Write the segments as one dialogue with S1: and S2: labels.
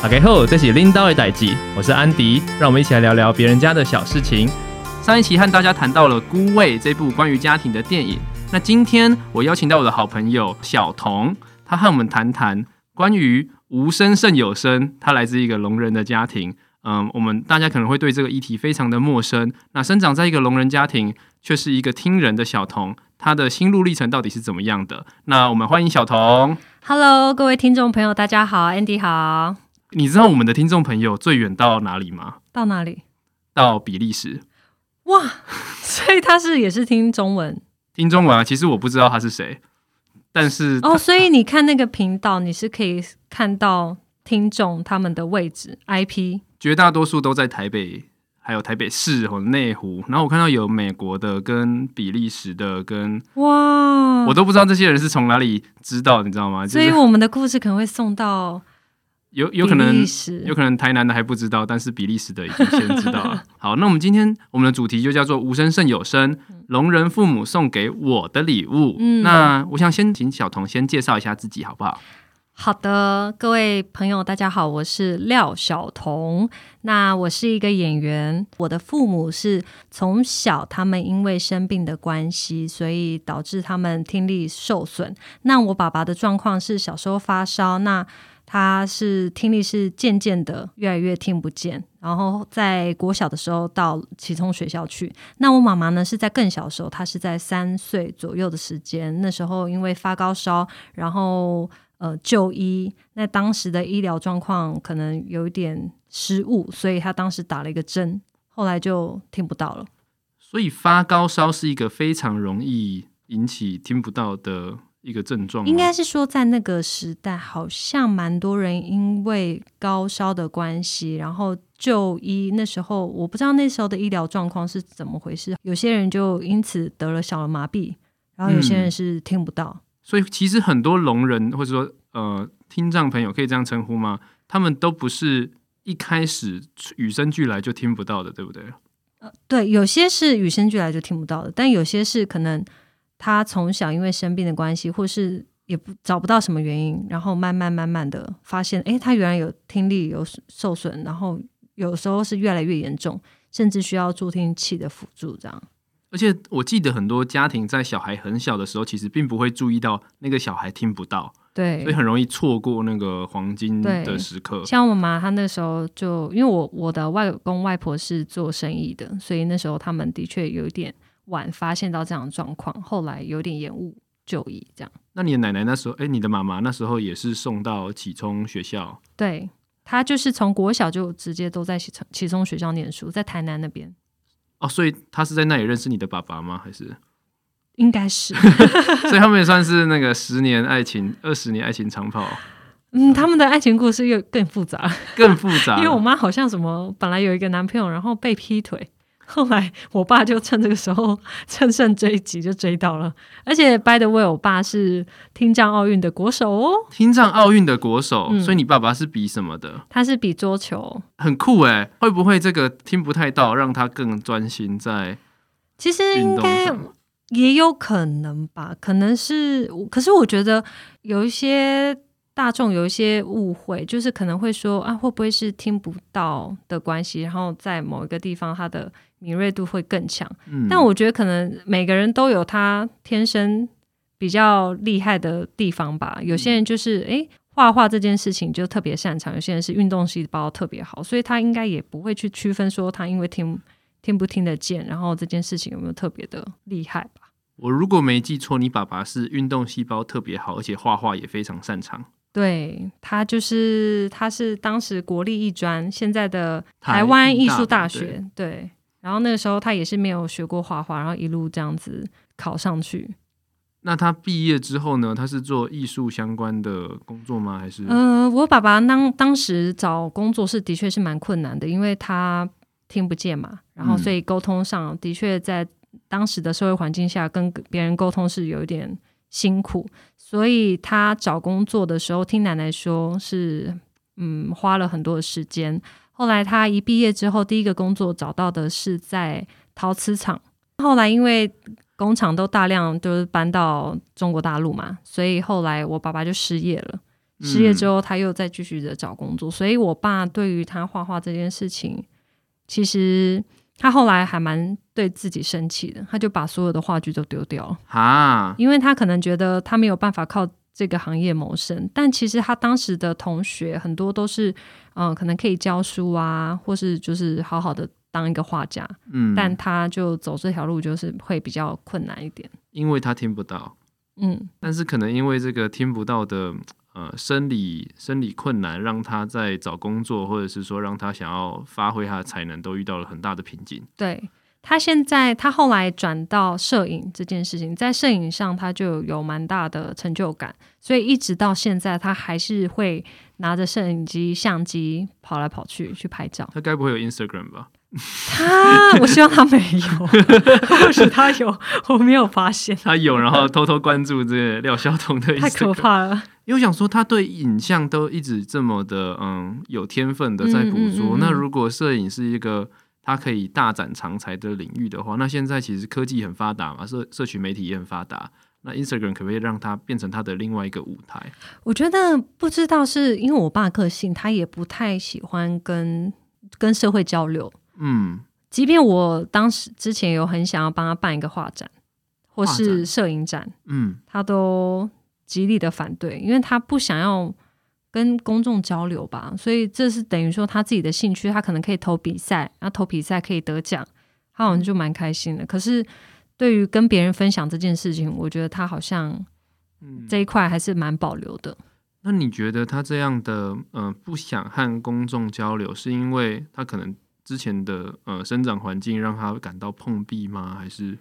S1: 大家好，这是领导的代志，我是安迪，让我们一起来聊聊别人家的小事情。上一期和大家谈到了《孤味》这部关于家庭的电影，那今天我邀请到我的好朋友小童，他和我们谈谈关于无声胜有声，他来自一个聋人的家庭。我们大家可能会对这个议题非常的陌生。那生长在一个聋人家庭，却是一个听人的小童，他的心路历程到底是怎么样的？那我们欢迎小童。
S2: Hello， 各位听众朋友，大家好 ，Andy 好。
S1: 你知道我们的听众朋友最远到哪里吗？
S2: 到哪里？
S1: 到比利时。
S2: 哇，所以他也是听中文？
S1: 听中文啊，其实我不知道他是谁，但是
S2: 所以你看那个频道，你是可以看到听众他们的位置 IP，
S1: 绝大多数都在台北，还有台北市和内湖。然后我看到有美国的、跟比利时的、跟
S2: 哇，
S1: 我都不知道这些人是从哪里知道，你知道吗？
S2: 所以我们的故事可能会送到
S1: 有可能台南的还不知道，但是比利时的已经先知道了。好，那我们今天我们的主题就叫做无声胜有声，聋人父母送给我的礼物。那我想先请小童先介绍一下自己好不好？
S2: 好的，各位朋友大家好，我是廖小童。那我是一个演员，我的父母是从小他们因为生病的关系，所以导致他们听力受损。那我爸爸的状况是小时候发烧，那他是听力是渐渐的越来越听不见，然后在国小的时候到启聪学校去。那我妈妈呢是在更小的时候，她是在3岁左右的时间，那时候因为发高烧，然后就医，那当时的医疗状况可能有一点失误，所以他当时打了一个针，后来就听不到了。
S1: 所以发高烧是一个非常容易引起听不到的一个症状吗？
S2: 应该是说在那个时代好像蛮多人因为高烧的关系然后就医，那时候我不知道那时候的医疗状况是怎么回事，有些人就因此得了小儿麻痹，然后有些人是听不到。
S1: 所以其实很多聋人或者说听障朋友可以这样称呼吗？他们都不是一开始与生俱来就听不到的，对不对？
S2: 对，有些是与生俱来就听不到的，但有些是可能他从小因为生病的关系，或是也找不到什么原因，然后慢慢的发现，他原来有听力有受损，然后有时候是越来越严重，甚至需要助听器的辅助这样。
S1: 而且我记得很多家庭在小孩很小的时候，其实并不会注意到那个小孩听不到，
S2: 对，
S1: 所以很容易错过那个黄金的时刻。
S2: 像我妈，她那时候就因为我的外公外婆是做生意的，所以那时候他们的确有一点晚发现到这样的状况，后来有点延误就医这样。
S1: 那你的奶奶那时候，你的妈妈那时候也是送到启聪学校？
S2: 对，她就是从国小就直接都在启聪学校念书，在台南那边。
S1: 所以他是在那里认识你的爸爸吗？还是？
S2: 应该是。
S1: 所以他们也算是那个10年爱情、20年爱情长跑。
S2: 他们的爱情故事又更复杂，因为我妈好像本来有一个男朋友，然后被劈腿，后来我爸就趁这个时候乘胜追击就追到了。而且 by the way， 我爸是听障奥运的国手哦。
S1: 听障奥运的国手，所以你爸爸是比什么的？
S2: 他是比桌球。
S1: 很酷耶。会不会这个听不太到让他更专心在
S2: 其实应该也有可能吧，可是我觉得有一些大众有一些误会，就是可能会说会不会是听不到的关系，然后在某一个地方他的敏锐度会更强。但我觉得可能每个人都有他天生比较厉害的地方吧。有些人就是画画这件事情就特别擅长，有些人是运动细胞特别好，所以他应该也不会去区分说他因为听不听得见，然后这件事情有没有特别的厉害吧。
S1: 我如果没记错，你爸爸是运动细胞特别好，而且画画也非常擅长。
S2: 对，他是当时国立艺专，现在的台湾艺术大学。 对，然后那个时候他也是没有学过画画，然后一路这样子考上去。
S1: 那他毕业之后呢？他是做艺术相关的工作吗？还是
S2: 我爸爸当时找工作的确是蛮困难的，因为他听不见嘛，然后所以沟通上的确在当时的社会环境下跟别人沟通是有一点辛苦，所以他找工作的时候听奶奶说是花了很多的时间。后来他一毕业之后第一个工作找到的是在陶瓷厂，后来因为工厂都大量就是搬到中国大陆嘛，所以后来我爸爸就失业了， 失业之后他又再继续的找工作，所以我爸对于他画画这件事情，其实他后来还蛮对自己生气的，他就把所有的话剧都丢掉了啊，因为他可能觉得他没有办法靠这个行业谋生，但其实他当时的同学很多都是可能可以教书啊，或是就是好好的当一个画家，但他就走这条路就是会比较困难一点，
S1: 因为他听不到，但是可能因为这个听不到的生理困难，让他在找工作或者是说让他想要发挥他的才能都遇到了很大的瓶颈。
S2: 对，他后来转到摄影这件事情，在摄影上他就有蛮大的成就感，所以一直到现在他还是会拿着摄影机相机跑来跑去拍照。
S1: 他该不会有 Instagram 吧？
S2: 我希望他没有或许他有，我没有发现
S1: 他有，然后偷偷关注这个廖晓彤的 Instagram，
S2: 太可怕了。
S1: 因为我想说他对影像都一直这么的有天分的在捕捉，那如果摄影是一个他可以大展长才的领域的话，那现在其实科技很发达嘛，社群媒体也很发达，那 Instagram 可不可以让它变成他的另外一个舞台？
S2: 我觉得不知道是因为我爸个性，他也不太喜欢跟社会交流，即便我当时之前有很想要帮他办一个画展或是摄影展，他都极力的反对，因为他不想要跟公众交流吧，所以这是等于说他自己的兴趣，他可能可以投比赛，然后投比赛可以得奖，他好像就蛮开心的。可是对于跟别人分享这件事情，我觉得他好像这一块还是蛮保留的。
S1: 那你觉得他这样的不想和公众交流，是因为他可能之前的生长环境让他感到碰壁吗？还是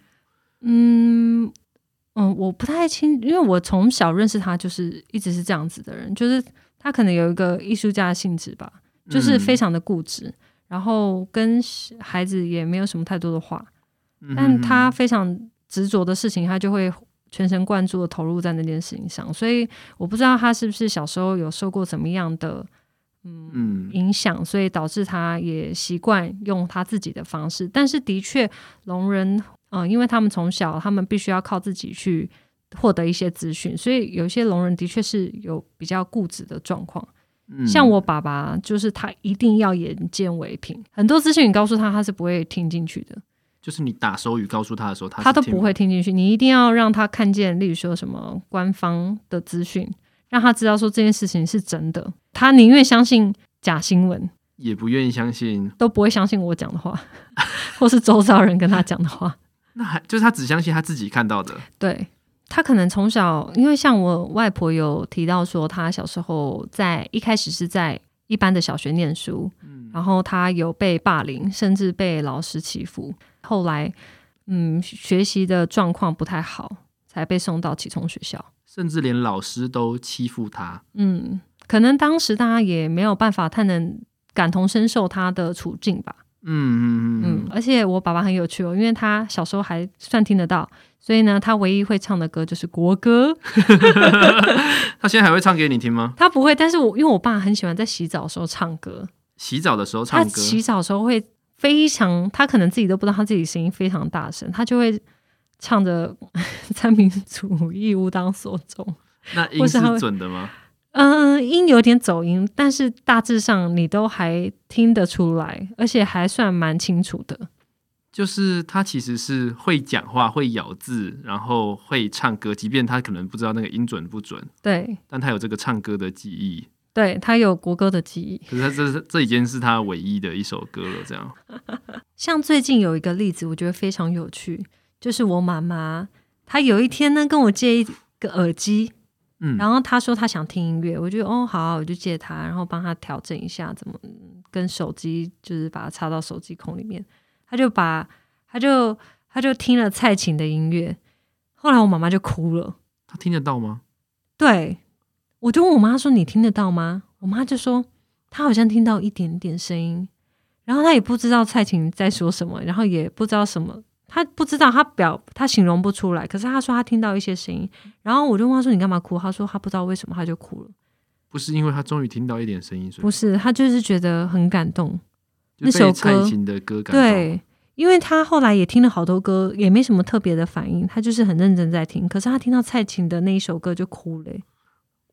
S2: 我不太清，因为我从小认识他就是一直是这样子的人，就是他可能有一个艺术家的性质吧，就是非常的固执，然后跟孩子也没有什么太多的话，但他非常执着的事情，他就会全神贯注的投入在那件事情上，所以我不知道他是不是小时候有受过怎么样的影响，所以导致他也习惯用他自己的方式。但是的确聋人因为他们从小他们必须要靠自己去获得一些资讯，所以有些聋人的确是有比较固执的状况。像我爸爸就是他一定要眼见为凭，很多资讯你告诉他，他是不会听进去的。
S1: 就是你打手语告诉他的时候，
S2: 他都不会听进去。你一定要让他看见，例如说什么官方的资讯，让他知道说这件事情是真的。他宁愿相信假新闻，
S1: 也不愿意相信，
S2: 都不会相信我讲的话，或是周遭人跟他讲的话。
S1: 那就是他只相信他自己看到的。
S2: 对，他可能从小，因为像我外婆有提到说，他小时候一开始是在一般的小学念书，然后他有被霸凌，甚至被老师欺负。后来学习的状况不太好，才被送到启聪学校，
S1: 甚至连老师都欺负他。
S2: 可能当时大家也没有办法太能感同身受他的处境吧。而且我爸爸很有趣因为他小时候还算听得到，所以呢他唯一会唱的歌就是国歌。
S1: 他现在还会唱给你听吗？
S2: 他不会，但是因为我爸很喜欢在洗澡的时候唱歌。
S1: 洗澡的时候唱歌？他
S2: 洗澡的时候会非常，他可能自己都不知道他自己声音非常大声，他就会唱着三民主义吾当所宗。
S1: 那音是准的吗？
S2: 音有点走音，但是大致上你都还听得出来，而且还算蛮清楚的。
S1: 就是他其实是会讲话，会咬字，然后会唱歌，即便他可能不知道那个音准不准，
S2: 对，
S1: 但他有这个唱歌的记忆。
S2: 对，他有国歌的记忆，
S1: 可是这已经是他唯一的一首歌了。这样，
S2: 像最近有一个例子，我觉得非常有趣，就是我妈妈，她有一天呢跟我借一个耳机，然后她说她想听音乐，我就好，我就借她，然后帮她调整一下怎么跟手机，就是把它插到手机孔里面，她就听了蔡琴的音乐，后来我妈妈就哭了。
S1: 她听得到吗？
S2: 对。我就问我妈说你听得到吗？我妈就说她好像听到一点点声音，然后她也不知道蔡琴在说什么，然后也不知道什么，她不知道，她形容不出来，可是她说她听到一些声音，然后我就问她说你干嘛哭？她说她不知道为什么她就哭了。
S1: 不是因为她终于听到一点声音，
S2: 不是，她就是觉得很感动，
S1: 就被蔡琴的歌感动。
S2: 对，因为她后来也听了好多歌，也没什么特别的反应，她就是很认真在听，可是她听到蔡琴的那一首歌就哭了。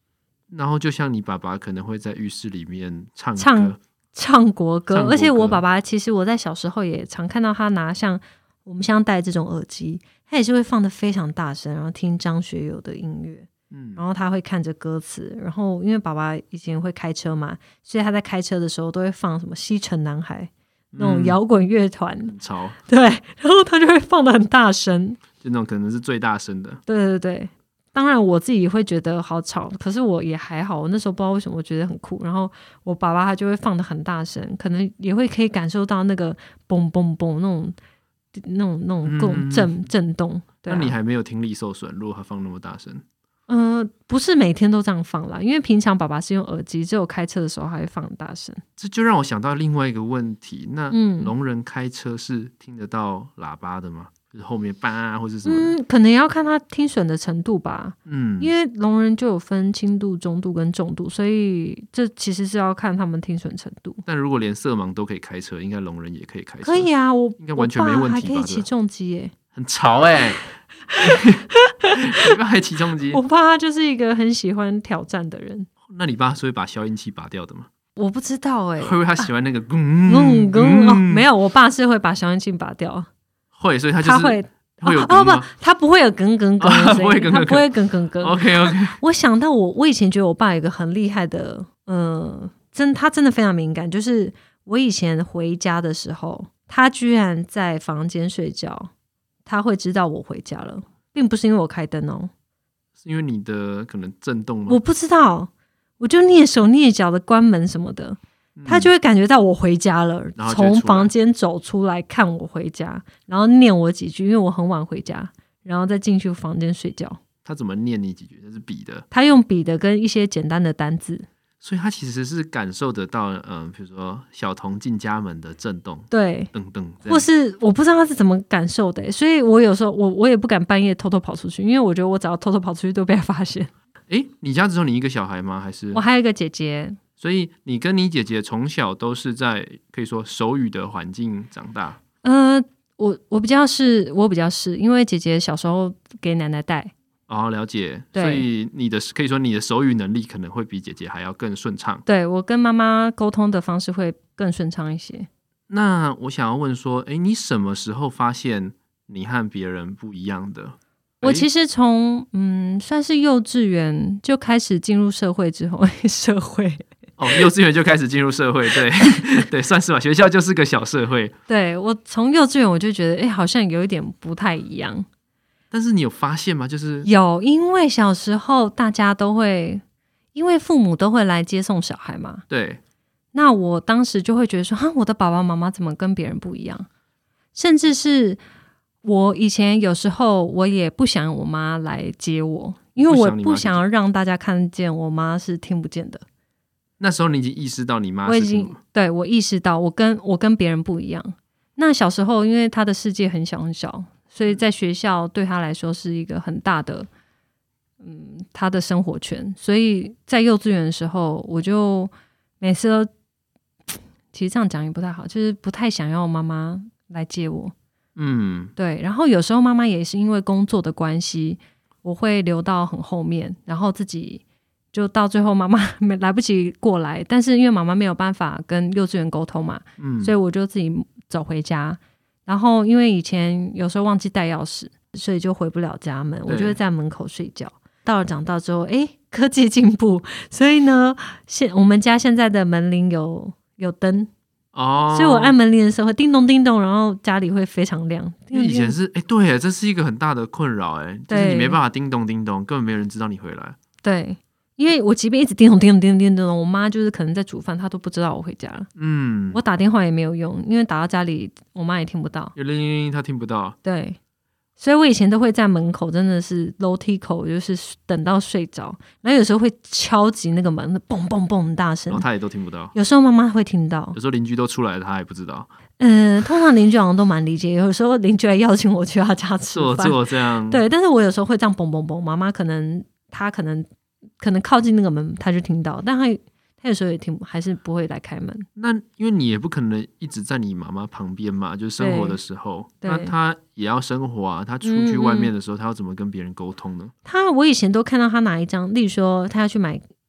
S1: 然后就像你爸爸可能会在浴室里面唱
S2: 国歌，而且我爸爸其实我在小时候也常看到他拿像我们像戴这种耳机，他也是会放得非常大声，然后听张学友的音乐，然后他会看着歌词，然后因为爸爸以前会开车嘛，所以他在开车的时候都会放什么西城男孩那种摇滚乐团，
S1: 很潮，
S2: 对，然后他就会放得很大声，
S1: 就那种可能是最大声的，
S2: 对对对。当然我自己会觉得好吵，可是我也还好，我那时候不知道为什么我觉得很酷，然后我爸爸他就会放得很大声，可能也会可以感受到那个嘣嘣嘣那种震动，对啊。
S1: 那你还没有听力受损，如果他放那么大声？
S2: 不是每天都这样放啦，因为平常爸爸是用耳机，只有开车的时候还会放很大声。
S1: 这就让我想到另外一个问题，那聋人开车是听得到喇叭的吗？就是后面叭或是什么？
S2: 可能要看他听损的程度吧。因为聋人就有分轻度、中度跟重度，所以这其实是要看他们听损程度。
S1: 但如果连色盲都可以开车，应该聋人也可以开车。
S2: 可以啊，
S1: 应该完全没问题吧？
S2: 还可以骑重机耶，
S1: 很潮哎！你爸还骑重机？
S2: 我爸他就是一个很喜欢挑战的人。
S1: 那你爸是会把消音器拔掉的吗？
S2: 我不知道哎，
S1: 会不会他喜欢那个
S2: 没有，我爸是会把消音器拔掉。
S1: 会，所以他就是会有
S2: 不，他不会有梗的声音，他不会梗。
S1: OK。
S2: 我想到我以前觉得我爸有一个很厉害的，他真的非常敏感，就是我以前回家的时候，他居然在房间睡觉，他会知道我回家了，并不是因为我开灯哦，
S1: 是因为你的可能震动吗？
S2: 我不知道，我就蹑手蹑脚的关门什么的。他就会感觉到我回家了，从房间走出来看我回家，然后念我几句，因为我很晚回家，然后再进去房间睡觉。
S1: 他怎么念你几句？他是笔的，
S2: 他用笔的跟一些简单的单字，
S1: 所以他其实是感受得到，比如说小童进家门的震动，
S2: 对，
S1: 噔噔，
S2: 或是我不知道他是怎么感受的，所以我有时候我也不敢半夜偷偷跑出去，因为我觉得我只要偷偷跑出去都被他发现。
S1: 你家只有你一个小孩吗？还是
S2: 我还有一个姐姐？
S1: 所以你跟你姐姐从小都是在可以说手语的环境长大。
S2: 我比较是，因为姐姐小时候给奶奶带。
S1: 哦，了解。所以可以说你的手语能力可能会比姐姐还要更顺畅。
S2: 对，我跟妈妈沟通的方式会更顺畅一些。
S1: 那我想要问说，你什么时候发现你和别人不一样的？
S2: 我其实从算是幼稚园就开始进入社会之后，社会。
S1: 幼稚园就开始进入社会，对对，算是吧。学校就是个小社会。对，
S2: 我从幼稚园我就觉得，好像有一点不太一样。
S1: 但是你有发现吗？就是
S2: 有，因为小时候大家都会，因为父母都会来接送小孩嘛。
S1: 对。
S2: 那我当时就会觉得说，我的爸爸妈妈怎么跟别人不一样？甚至是我以前有时候我也不想我妈来接我，因为我不想要让大家看见我妈是听不见的。
S1: 那时候你已经意识到你妈是听不见，
S2: 对，我意识到我跟别人不一样。那小时候因为他的世界很小很小，所以在学校对他来说是一个很大的他的生活圈，所以在幼稚园的时候我就每次都其实这样讲也不太好，就是不太想要妈妈来接我。对，然后有时候妈妈也是因为工作的关系，我会留到很后面，然后自己就到最后妈妈来不及过来，但是因为妈妈没有办法跟幼稚园沟通嘛，所以我就自己走回家。然后因为以前有时候忘记带钥匙，所以就回不了家门，我就会在门口睡觉。到了长大之后，科技进步，所以呢，我们家现在的门铃有灯。所以我按门铃的时候会叮咚叮咚，然后家里会非常亮。
S1: 因为以前是对耶，这是一个很大的困扰就是你没办法叮咚叮咚，根本没有人知道你回来。对，
S2: 因为我即便一直叮咚叮咚叮咚叮咚，我妈就是可能在煮饭，她都不知道我回家了。我打电话也没有用，因为打到家里我妈也听不到，
S1: 有铃铃铃她听不到。
S2: 对，所以我以前都会在门口，真的是楼梯口，就是等到睡着，然后有时候会敲击那个门，蹦蹦蹦很大声，
S1: 然后她也都听不到。
S2: 有时候妈妈会听到，
S1: 有时候邻居都出来了，她还不知道。
S2: 通常邻居好像都蛮理解，有时候邻居来邀请我去他家吃饭，
S1: 做这样。对，
S2: 但是我有时候会这样蹦蹦蹦，妈妈可能靠近那个门，她就听到，但她有时候也还是不会来开门。那
S1: 因为你也不可能一直在你妈妈旁边嘛，就是生活的时候，那她也要生活啊。她出去外面的时候，她要怎么跟别人沟通呢？
S2: 我以前都看到她拿一张，例如说她要去买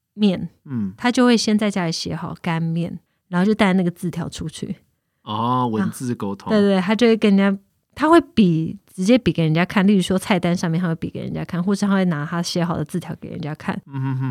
S2: 面，他就会先在家里写好干面，然后就带那个字条出去。
S1: 文字沟通。
S2: 对对，他就会跟人家，他会直接比给人家看，例如说菜单上面他会比给人家看，或是他会拿他写好的字条给人家看。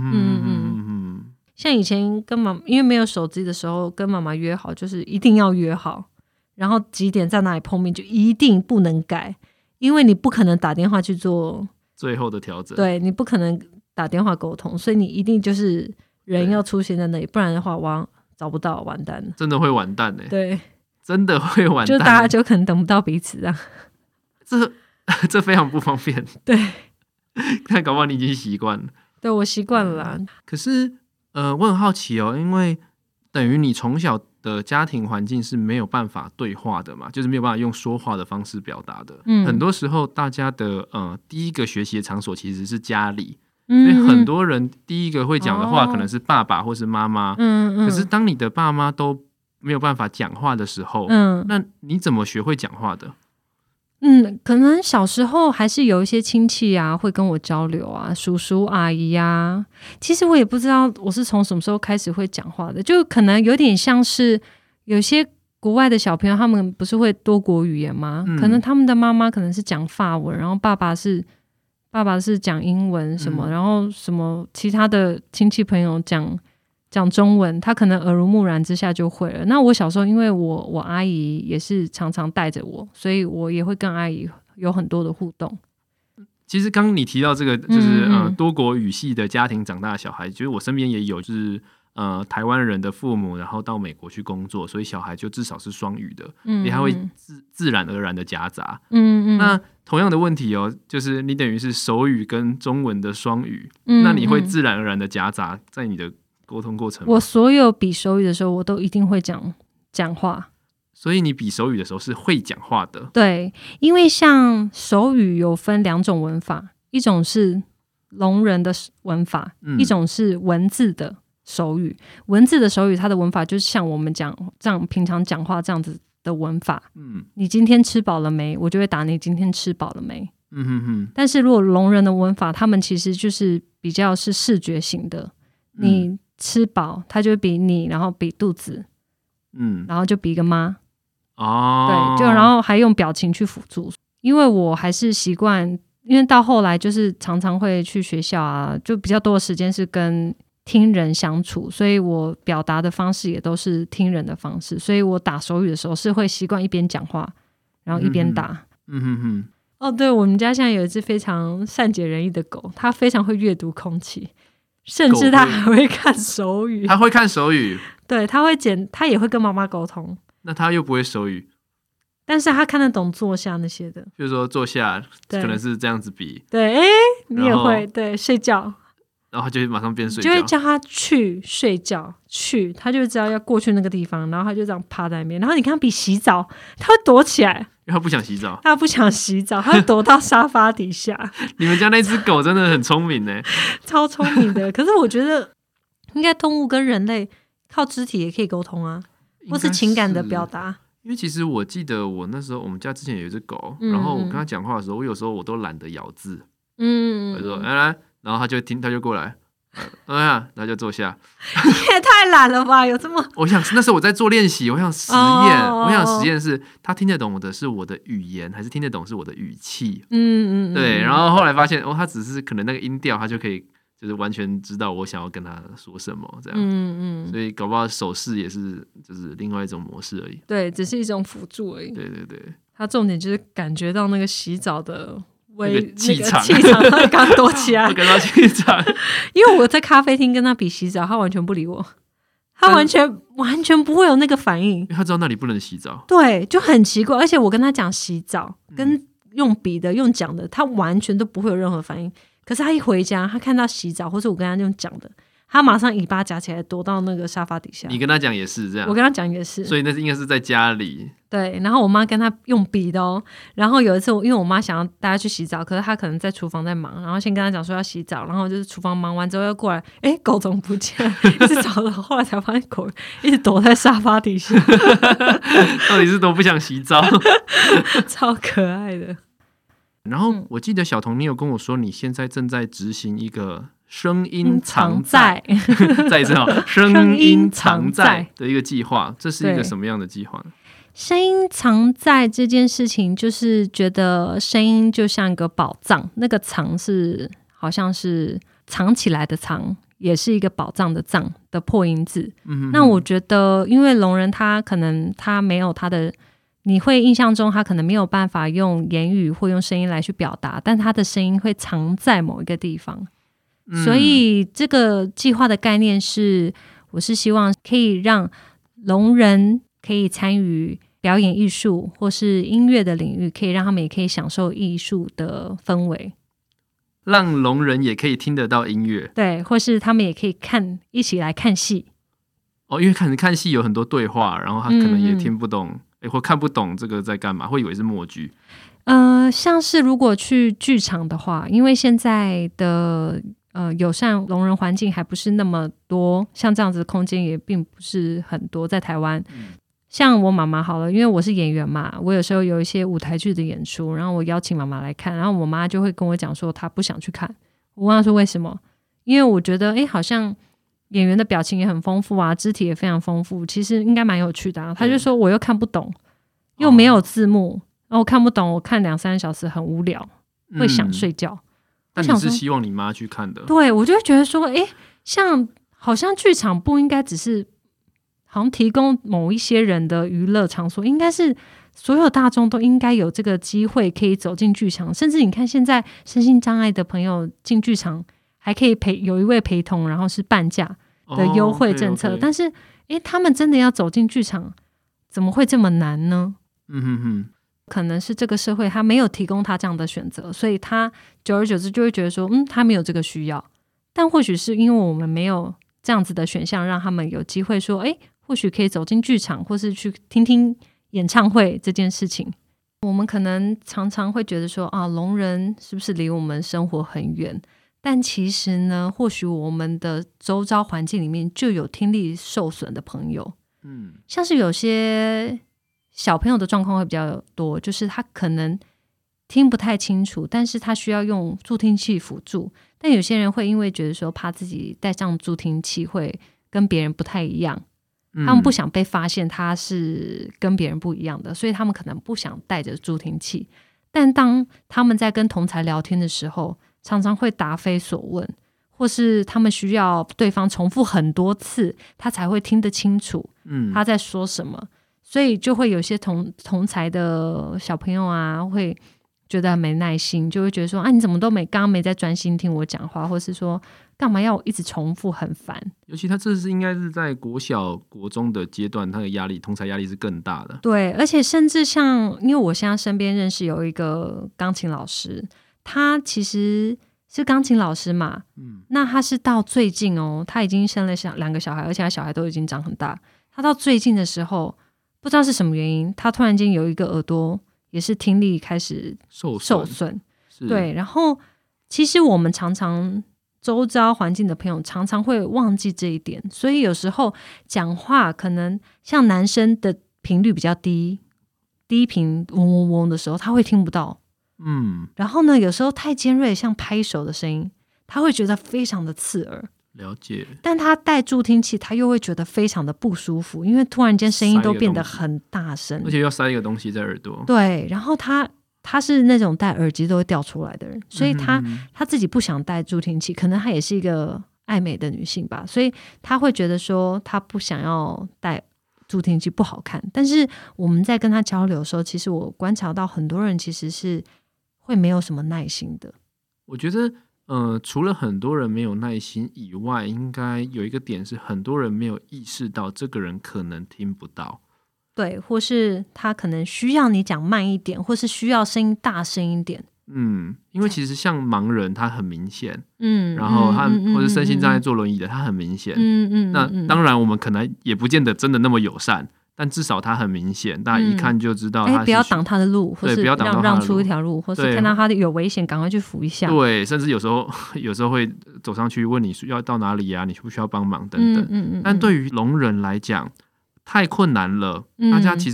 S2: 像以前跟因为没有手机的时候，跟妈妈约好就是一定要约好，然后几点在哪里碰面就一定不能改，因为你不可能打电话去做
S1: 最后的调整，
S2: 对，你不可能打电话沟通，所以你一定就是人要出现在那里，不然的话找不到，完蛋了，
S1: 真的会完蛋
S2: 对，
S1: 真的会完蛋，
S2: 就大家就可能等不到彼此啊。
S1: 这非常不方便。
S2: 对，
S1: 但搞不好你已经习惯了。
S2: 对，我习惯了啦。
S1: 可是我很好奇哦，因为等于你从小的家庭环境是没有办法对话的嘛，就是没有办法用说话的方式表达的。很多时候大家的第一个学习的场所其实是家里，所以很多人第一个会讲的话可能是爸爸或是妈妈。可是当你的爸妈都没有办法讲话的时候，那你怎么学会讲话的？
S2: 可能小时候还是有一些亲戚啊会跟我交流啊，叔叔阿姨啊，其实我也不知道我是从什么时候开始会讲话的，就可能有点像是有些国外的小朋友他们不是会多国语言吗？可能他们的妈妈可能是讲法文，然后爸爸是讲英文什么，然后什么其他的亲戚朋友讲中文，他可能耳濡目染之下就会了。那我小时候因为我阿姨也是常常带着我，所以我也会跟阿姨有很多的互动。
S1: 其实刚刚你提到这个就是多国语系的家庭长大的小孩，就是我身边也有，就是台湾人的父母然后到美国去工作，所以小孩就至少是双语的，也还会自然而然的夹杂。那同样的问题哦，就是你等于是手语跟中文的双语，那你会自然而然的夹杂在你的沟通过程吗？
S2: 我所有比手语的时候，我都一定会讲话。
S1: 所以你比手语的时候是会讲话的？
S2: 对，因为像手语有分2种文法，一种是聋人的文法，一种是文字的手语。文字的手语，它的文法就是像我们这样平常讲话这样子的文法。你今天吃饱了没？我就会打你今天吃饱了没。但是如果聋人的文法，他们其实就是比较是视觉型的，你吃饱，他就会比你，然后比肚子，然后就比一个妈。对，就然后还用表情去辅助。因为我还是习惯，因为到后来就是常常会去学校啊，就比较多的时间是跟听人相处，所以我表达的方式也都是听人的方式，所以我打手语的时候是会习惯一边讲话，然后一边打。对，我们家现在有一只非常善解人意的狗，它非常会阅读空气，甚至它还会看手语。
S1: 它会看手语？对，
S2: 它也会跟妈妈沟通。
S1: 那它又不会手语，
S2: 但是他看得懂坐下那些的，
S1: 就是说坐下可能是这样子比。
S2: 对，你也会。对，睡觉，
S1: 然后就马上变睡觉，
S2: 就会叫他去睡觉，他就知道要过去那个地方，然后他就这样趴在那边。然后你看比洗澡，他会躲起来，
S1: 因为他不想洗澡，
S2: 他会躲到沙发底下。
S1: 你们家那只狗真的很聪明耶，
S2: 超聪明的。可是我觉得应该动物跟人类靠肢体也可以沟通啊，或是情感的表达。
S1: 因为其实我记得我那时候我们家之前有一只狗，然后我跟他讲话的时候，我有时候我都懒得咬字，我说来，然后他就听，他就过来，然后就坐下。
S2: 你也太懒了吧？有这么？
S1: 我想那时候我在做练习，我想实验，我想实验是他听得懂的是我的语言，还是听得懂是我的语气？对。然后后来发现，他只是可能那个音调，他就可以就是完全知道我想要跟他说什么这样。所以搞不好手势也是就是另外一种模式而已。
S2: 对，只是一种辅助而已。
S1: 对对对，
S2: 他重点就是感觉到那个洗澡的
S1: 那个气场，
S2: 他会刚躲起来，
S1: 我感到气场。
S2: 因为我在咖啡厅跟他比洗澡，他完全不理我，他完全不会有那个反应，因
S1: 为他知道那里不能洗澡。
S2: 对，就很奇怪。而且我跟他讲洗澡，跟用比的、用讲的，他完全都不会有任何反应。可是他一回家，他看到洗澡，或是我跟他用讲的，他马上尾巴夹起来躲到那个沙发底下。
S1: 你跟他讲也是这样？
S2: 我跟他讲也是。
S1: 所以那应该是在家里。
S2: 对，然后我妈跟他用笔的哦。然后有一次，因为我妈想要带他去洗澡，可是他可能在厨房在忙，然后先跟他讲说要洗澡，然后就是厨房忙完之后要过来，狗怎么不见了？一直找到，后来才发现狗一直躲在沙发底下。
S1: 到底是多不想洗澡？
S2: 超可爱的。
S1: 然后我记得小童，你有跟我说你现在正在执行一个声音藏在再一次声音藏在的一个计划，这是一个什么样的计划呢？
S2: 声音藏在这件事情，就是觉得声音就像一个宝藏，那个藏是好像是藏起来的藏，也是一个宝藏的藏的破音字。那我觉得因为聋人他可能他没有他的，你会印象中他可能没有办法用言语或用声音来去表达，但他的声音会藏在某一个地方。所以这个计划的概念是，我是希望可以让聋人可以参与表演艺术或是音乐的领域，可以让他们也可以享受艺术的氛围，
S1: 让聋人也可以听得到音乐，
S2: 对，或是他们也可以一起来看戏。
S1: 因为看戏有很多对话，然后他可能也听不懂，或看不懂这个在干嘛，会以为是默剧。
S2: 像是如果去剧场的话，因为现在的友善聋人环境还不是那么多，像这样子的空间也并不是很多在台湾。像我妈妈好了，因为我是演员嘛，我有时候有一些舞台剧的演出，然后我邀请妈妈来看，然后我妈就会跟我讲说她不想去看。我问她说为什么？因为我觉得好像演员的表情也很丰富啊，肢体也非常丰富，其实应该蛮有趣的啊。她就说我又看不懂，又没有字幕，然后我看不懂，我看2-3小时很无聊，会想睡觉。
S1: 但你是希望你妈去看的？
S2: 对，我就会觉得说好像剧场不应该只是好像提供某一些人的娱乐场所，应该是所有大众都应该有这个机会可以走进剧场。甚至你看现在身心障碍的朋友进剧场还可以有一位陪同，然后是半价的优惠政策。但是他们真的要走进剧场怎么会这么难呢？可能是这个社会他没有提供他这样的选择，所以他久而久之就会觉得说他没有这个需要。但或许是因为我们没有这样子的选项，让他们有机会说或许可以走进剧场，或是去听听演唱会这件事情。我们可能常常会觉得说聋人是不是离我们生活很远，但其实呢，或许我们的周遭环境里面就有听力受损的朋友。像是有些小朋友的状况会比较多，就是他可能听不太清楚，但是他需要用助听器辅助。但有些人会因为觉得说怕自己戴上助听器会跟别人不太一样，他们不想被发现他是跟别人不一样的，所以他们可能不想带着助听器。但当他们在跟同侪聊天的时候，常常会答非所问，或是他们需要对方重复很多次他才会听得清楚他在说什么。所以就会有些同侪的小朋友啊，会觉得没耐心，就会觉得说你怎么都刚刚没在专心听我讲话，或是说干嘛要我一直重复，很烦。
S1: 尤其他这是应该是在国小国中的阶段，他的压力同侪压力是更大的。
S2: 对，而且甚至像因为我现在身边认识有一个钢琴老师，他其实是钢琴老师嘛，那他是到最近他已经生了2个小孩，而且他小孩都已经长很大。他到最近的时候不知道是什么原因，他突然间有一个耳朵也是听力开始受损。对，然后其实我们常常周遭环境的朋友常常会忘记这一点，所以有时候讲话可能像男生的频率比较低频嗡嗡嗡的时候他会听不到，然后呢有时候太尖锐像拍手的声音他会觉得非常的刺耳。
S1: 了解。但
S2: 他戴助听器他又会觉得非常的不舒服，因为突然间声音都变得很大声，
S1: 而且要塞一个东西在耳朵。
S2: 对，然后他是那种戴耳机都会掉出来的人，所以他自己不想戴助听器，可能他也是一个爱美的女性吧，所以他会觉得说他不想要戴助听器不好看。但是我们在跟他交流的时候，其实我观察到很多人其实是会没有什么耐心的。
S1: 我觉得除了很多人没有耐心以外，应该有一个点是很多人没有意识到这个人可能听不到。
S2: 对，或是他可能需要你讲慢一点，或是需要声音大声一点。
S1: 因为其实像盲人他很明显，然后他或者身心障碍坐轮椅的他很明显，那当然我们可能也不见得真的那么友善，但至少他很明显，大家一看就知道他是
S2: 不要挡他的路，或是让出一条路，或是看到他有危险赶快去扶一下。
S1: 对，甚至有时候会走上去问你要到哪里啊，你需不需要帮忙等等。但对于聋人来讲太困难了，大家其实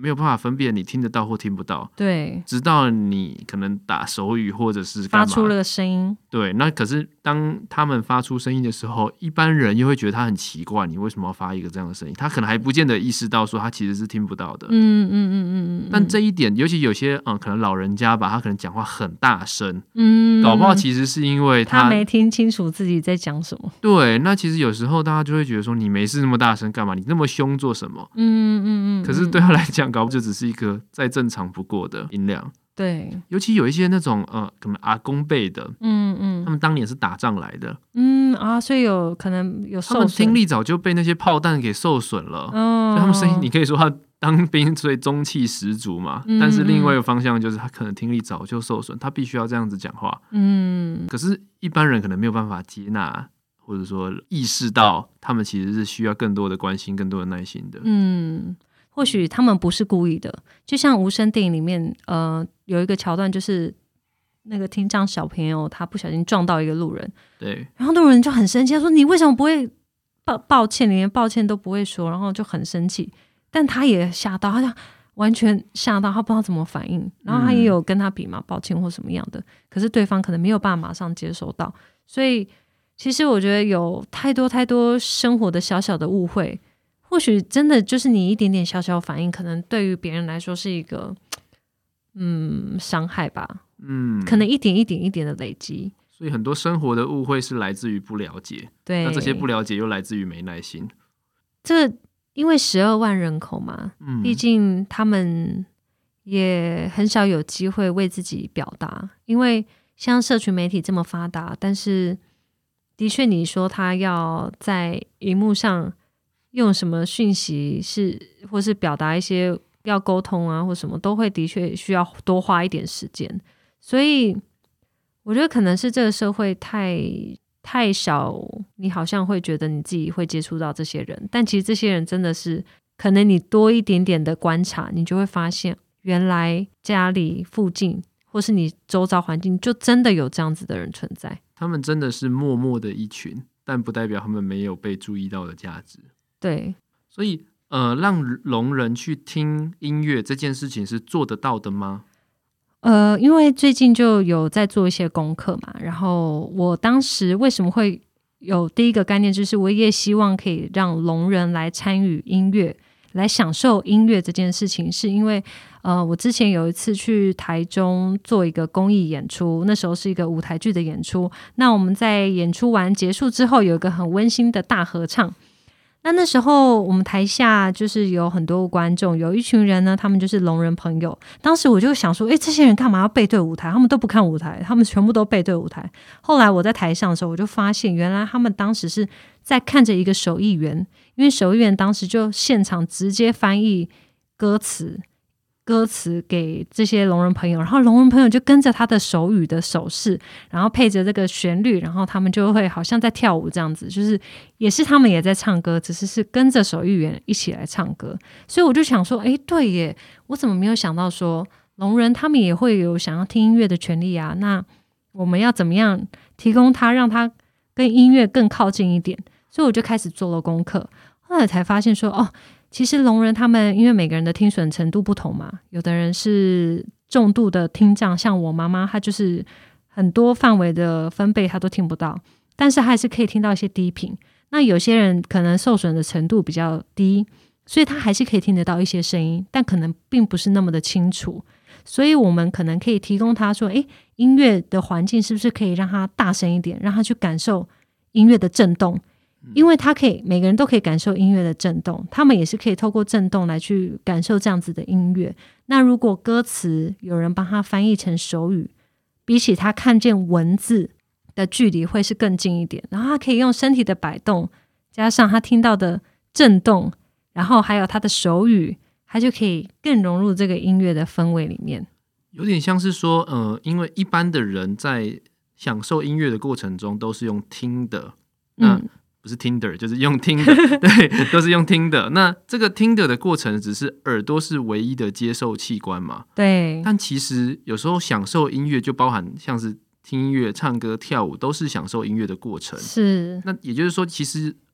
S1: 没有办法分辨你听得到或听不到，
S2: 对，
S1: 直到你可能打手语或者是干嘛
S2: 发出了个声音。
S1: 对，那可是当他们发出声音的时候，一般人又会觉得他很奇怪，你为什么要发一个这样的声音？他可能还不见得意识到说他其实是听不到的。但这一点，尤其有些可能老人家吧，他可能讲话很大声，搞不好其实是因为
S2: 他没听清楚自己在讲什么。
S1: 对，那其实有时候大家就会觉得说，你没事那么大声干嘛？你那么凶做什么？可是对他来讲，搞不好就只是一个再正常不过的音量。
S2: 对，
S1: 尤其有一些那种可能阿公辈的，他们当年是打仗来的，
S2: 所以有可能有受损，
S1: 他们听力早就被那些炮弹给受损了，所以他们声音，你可以说他当兵所以中气十足嘛，但是另外一个方向就是他可能听力早就受损，他必须要这样子讲话，可是一般人可能没有办法接纳，或者说意识到他们其实是需要更多的关心、更多的耐心的。
S2: 或许他们不是故意的，就像无声电影里面，有一个桥段，就是那个听障小朋友他不小心撞到一个路人，
S1: 对，
S2: 然后路人就很生气，他说：“你为什么不会抱歉？你连抱歉都不会说。”然后就很生气，但他也吓到，他完全吓到，他不知道怎么反应。然后他也有跟他比嘛，抱歉或什么样的，可是对方可能没有办法马上接收到，所以其实我觉得有太多生活的小小的误会。或许真的就是你一点点小小反应，可能对于别人来说是一个伤害吧。可能一点一点的累积。
S1: 所以很多生活的误会是来自于不了解，
S2: 对，
S1: 那这些不了解又来自于没耐心。
S2: 这因为12万人口嘛，毕竟他们也很少有机会为自己表达，因为像社群媒体这么发达，但是的确你说他要在荧幕上用什么讯息或是表达一些要沟通啊或什么，都会的确需要多花一点时间。所以我觉得可能是这个社会太少，你好像会觉得你自己会接触到这些人，但其实这些人真的是可能你多一点点的观察，你就会发现原来家里附近或是你周遭环境就真的有这样子的人存在。
S1: 他们真的是默默的一群，但不代表他们没有被注意到的价值。
S2: 对，
S1: 所以让聋人去听音乐这件事情是做得到的吗？
S2: 因为最近就有在做一些功课嘛，然后我当时为什么会有第一个概念，就是我也希望可以让聋人来参与音乐，来享受音乐这件事情，是因为我之前有一次去台中做一个公益演出，那时候是一个舞台剧的演出，那我们在演出完结束之后有一个很温馨的大合唱，那时候我们台下就是有很多观众，有一群人呢，他们就是聋人朋友。当时我就想说，这些人干嘛要背对舞台？他们都不看舞台，他们全部都背对舞台。后来我在台上的时候，我就发现原来他们当时是在看着一个手译员，因为手译员当时就现场直接翻译歌词给这些聋人朋友，然后聋人朋友就跟着他的手语的手势，然后配着这个旋律，然后他们就会好像在跳舞这样子，就是也是他们也在唱歌，只是跟着手语员一起来唱歌。所以我就想说，对耶，我怎么没有想到说聋人他们也会有想要听音乐的权利啊，那我们要怎么样提供他，让他跟音乐更靠近一点。所以我就开始做了功课，后来才发现说其实聋人他们因为每个人的听损程度不同嘛，有的人是重度的听障，像我妈妈她就是很多范围的分贝她都听不到，但是她还是可以听到一些低频。那有些人可能受损的程度比较低，所以她还是可以听得到一些声音，但可能并不是那么的清楚。所以我们可能可以提供她说音乐的环境是不是可以让她大声一点，让她去感受音乐的震动，因为他可以每个人都可以感受音乐的震动，他们也是可以透过震动来去感受这样子的音乐。那如果歌词有人帮他翻译成手语，比起他看见文字的距离会是更近一点，然后他可以用身体的摆动加上他听到的震动，然后还有他的手语，他就可以更融入这个音乐的氛围里面。
S1: 有点像是说因为一般的人在享受音乐的过程中都是用听的，那不是 Tinder 就是用听的对，都是用听的。那这个听的过程只是耳朵是唯一的接受器官嘛，
S2: 对，
S1: 但其实有时候享受音乐就包含像是听音乐、唱歌、跳舞都是享受音乐的过程。
S2: 是，
S1: 那也就是说其实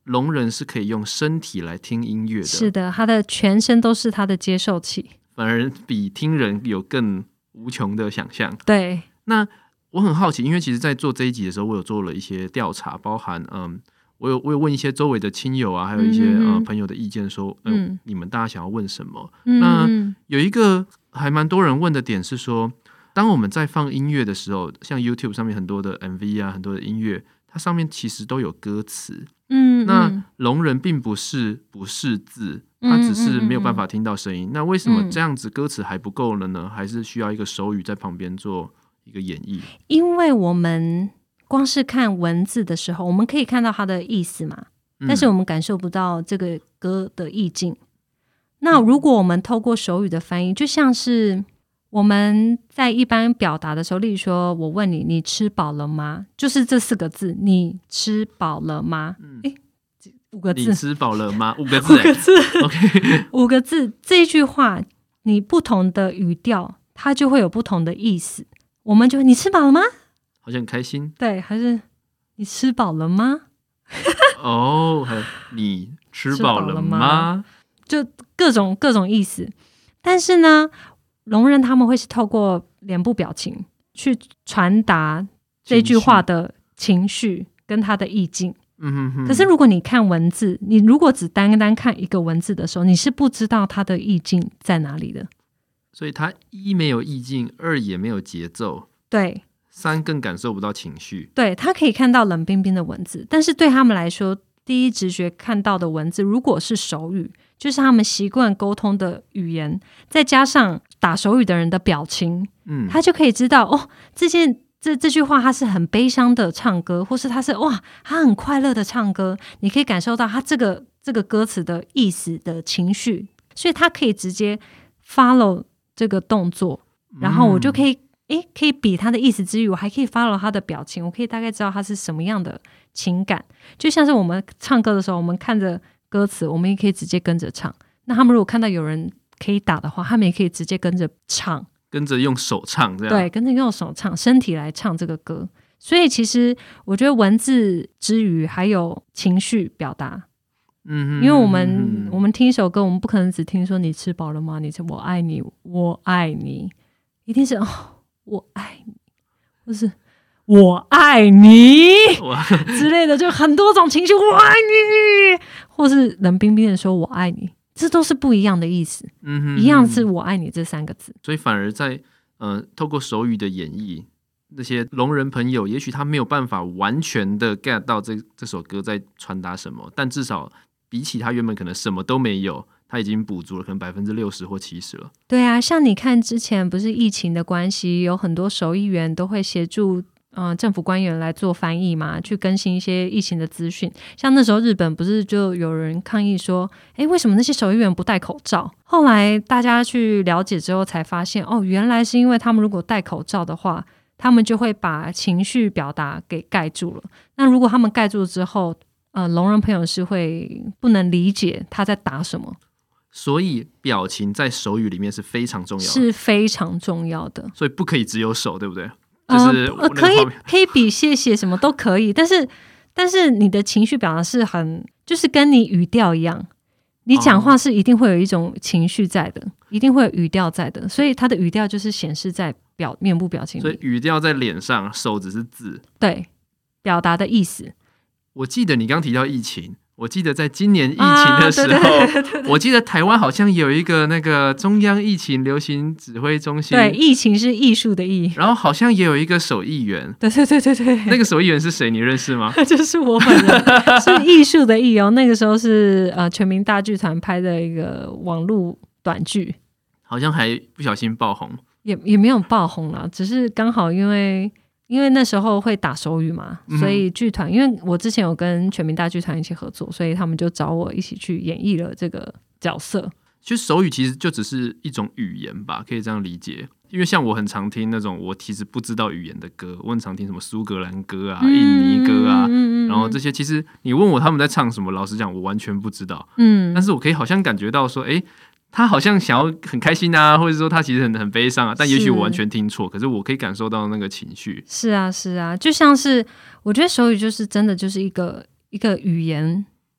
S1: 聋人是可以用身体来听音乐的，
S2: 是的，他的全身都是他的接受器，
S1: 反而比听人有更无穷的想象。
S2: 对，
S1: 那我很好奇，因为其实在做这一集的时候，我有做了一些调查，包含我有问一些周围的亲友啊，还有一些朋友的意见说，你们大家想要问什么？那有一个还蛮多人问的点是说，当我们在放音乐的时候，像 YouTube 上面很多的 MV 啊，很多的音乐，它上面其实都有歌词。那聋人并不是不识字，他只是没有办法听到声音。那为什么这样子歌词还不够了呢？还是需要一个手语在旁边做一个演绎？
S2: 因为我们光是看文字的时候，我们可以看到它的意思嘛，但是我们感受不到这个歌的意境。那如果我们透过手语的翻译，就像是我们在一般表达的时候，例如说我问你，你吃饱了吗？就是这4个字，你吃饱了吗？5个字，
S1: 你吃饱了吗？5个字，5个字
S2: OK 5个字，这一句话你不同的语调它就会有不同的意思。我们就你吃饱了吗？
S1: 好像很开心，
S2: 对，还是你吃饱了吗？
S1: 还有你吃饱了吗？
S2: 就各种意思。但是呢，聋人他们会是透过脸部表情去传达这句话的情绪跟它的意境。可是如果你看文字，你如果只单看一个文字的时候，你是不知道它的意境在哪里的。
S1: 所以它1没有意境，2也没有节奏，
S2: 对
S1: ，3更感受不到情绪。
S2: 对，他可以看到冷冰冰的文字，但是对他们来说，第一直觉看到的文字如果是手语，就是他们习惯沟通的语言，再加上打手语的人的表情，他就可以知道这句话他是很悲伤的唱歌，或是他很快乐的唱歌，你可以感受到他这个歌词的意思的情绪，所以他可以直接 follow 这个动作，然后我就可以比他的意思之余，我还可以 follow 他的表情，我可以大概知道他是什么样的情感。就像是我们唱歌的时候，我们看着歌词，我们也可以直接跟着唱。那他们如果看到有人可以打的话，他们也可以直接跟着唱，
S1: 跟着用手唱，这样
S2: 对，跟着用手唱，身体来唱这个歌。所以其实我觉得文字之余还有情绪表达。因为我们听一首歌，我们不可能只听说你吃饱了吗？你吃我爱你，我爱你，一定是我爱你，或是我爱你之类的，就很多种情绪，我爱你，或是冷冰冰的说我爱你，这都是不一样的意思。一样是我爱你这3个字。
S1: 所以反而在透过手语的演绎，那些聋人朋友也许他没有办法完全的 get 到这首歌在传达什么，但至少比起他原本可能什么都没有，他已经补足了可能60%或70%了。
S2: 对啊，像你看之前不是疫情的关系，有很多手译员都会协助政府官员来做翻译嘛，去更新一些疫情的资讯。像那时候日本不是就有人抗议说，为什么那些手译员不戴口罩？后来大家去了解之后才发现，原来是因为他们如果戴口罩的话，他们就会把情绪表达给盖住了。那如果他们盖住之后，聋人朋友是会不能理解他在打什么。
S1: 所以表情在手语里面是非常重要的，
S2: 是非常重要的。
S1: 所以不可以只有手，对不对？就是
S2: 可以比谢谢什么都可以，但是你的情绪表达是就是跟你语调一样，你讲话是一定会有一种情绪在的，一定会有语调在的，所以它的语调就是显示在面部表情里。
S1: 所以语调在脸上，手只是字，
S2: 对，表达的意思。
S1: 我记得你刚提到疫情，我记得在今年疫情的时候，我记得台湾好像有一个那个中央疫情流行指挥中心，
S2: 对，疫情是艺术的艺，
S1: 然后好像也有一个手译员，
S2: 对，
S1: 那个手译员是谁？你认识吗？
S2: 就是我本人，是艺术的艺哦。那个时候是全民大剧团拍的一个网络短剧，
S1: 好像还不小心爆红，
S2: 也没有爆红啦，只是刚好因为那时候会打手语嘛，所以剧团，因为我之前有跟全民大剧团一起合作，所以他们就找我一起去演绎了这个角色。
S1: 其实手语其实就只是一种语言吧，可以这样理解。因为像我很常听那种我其实不知道语言的歌，我很常听什么苏格兰歌啊、印尼歌啊，然后这些其实你问我他们在唱什么，老实讲我完全不知道。但是我可以好像感觉到说，他好像想要很开心啊，或者说他其实很悲伤啊，但也许我完全听错，可是我可以感受到那个情绪。
S2: 是啊，就像是我觉得手语就是真的就是一个语言，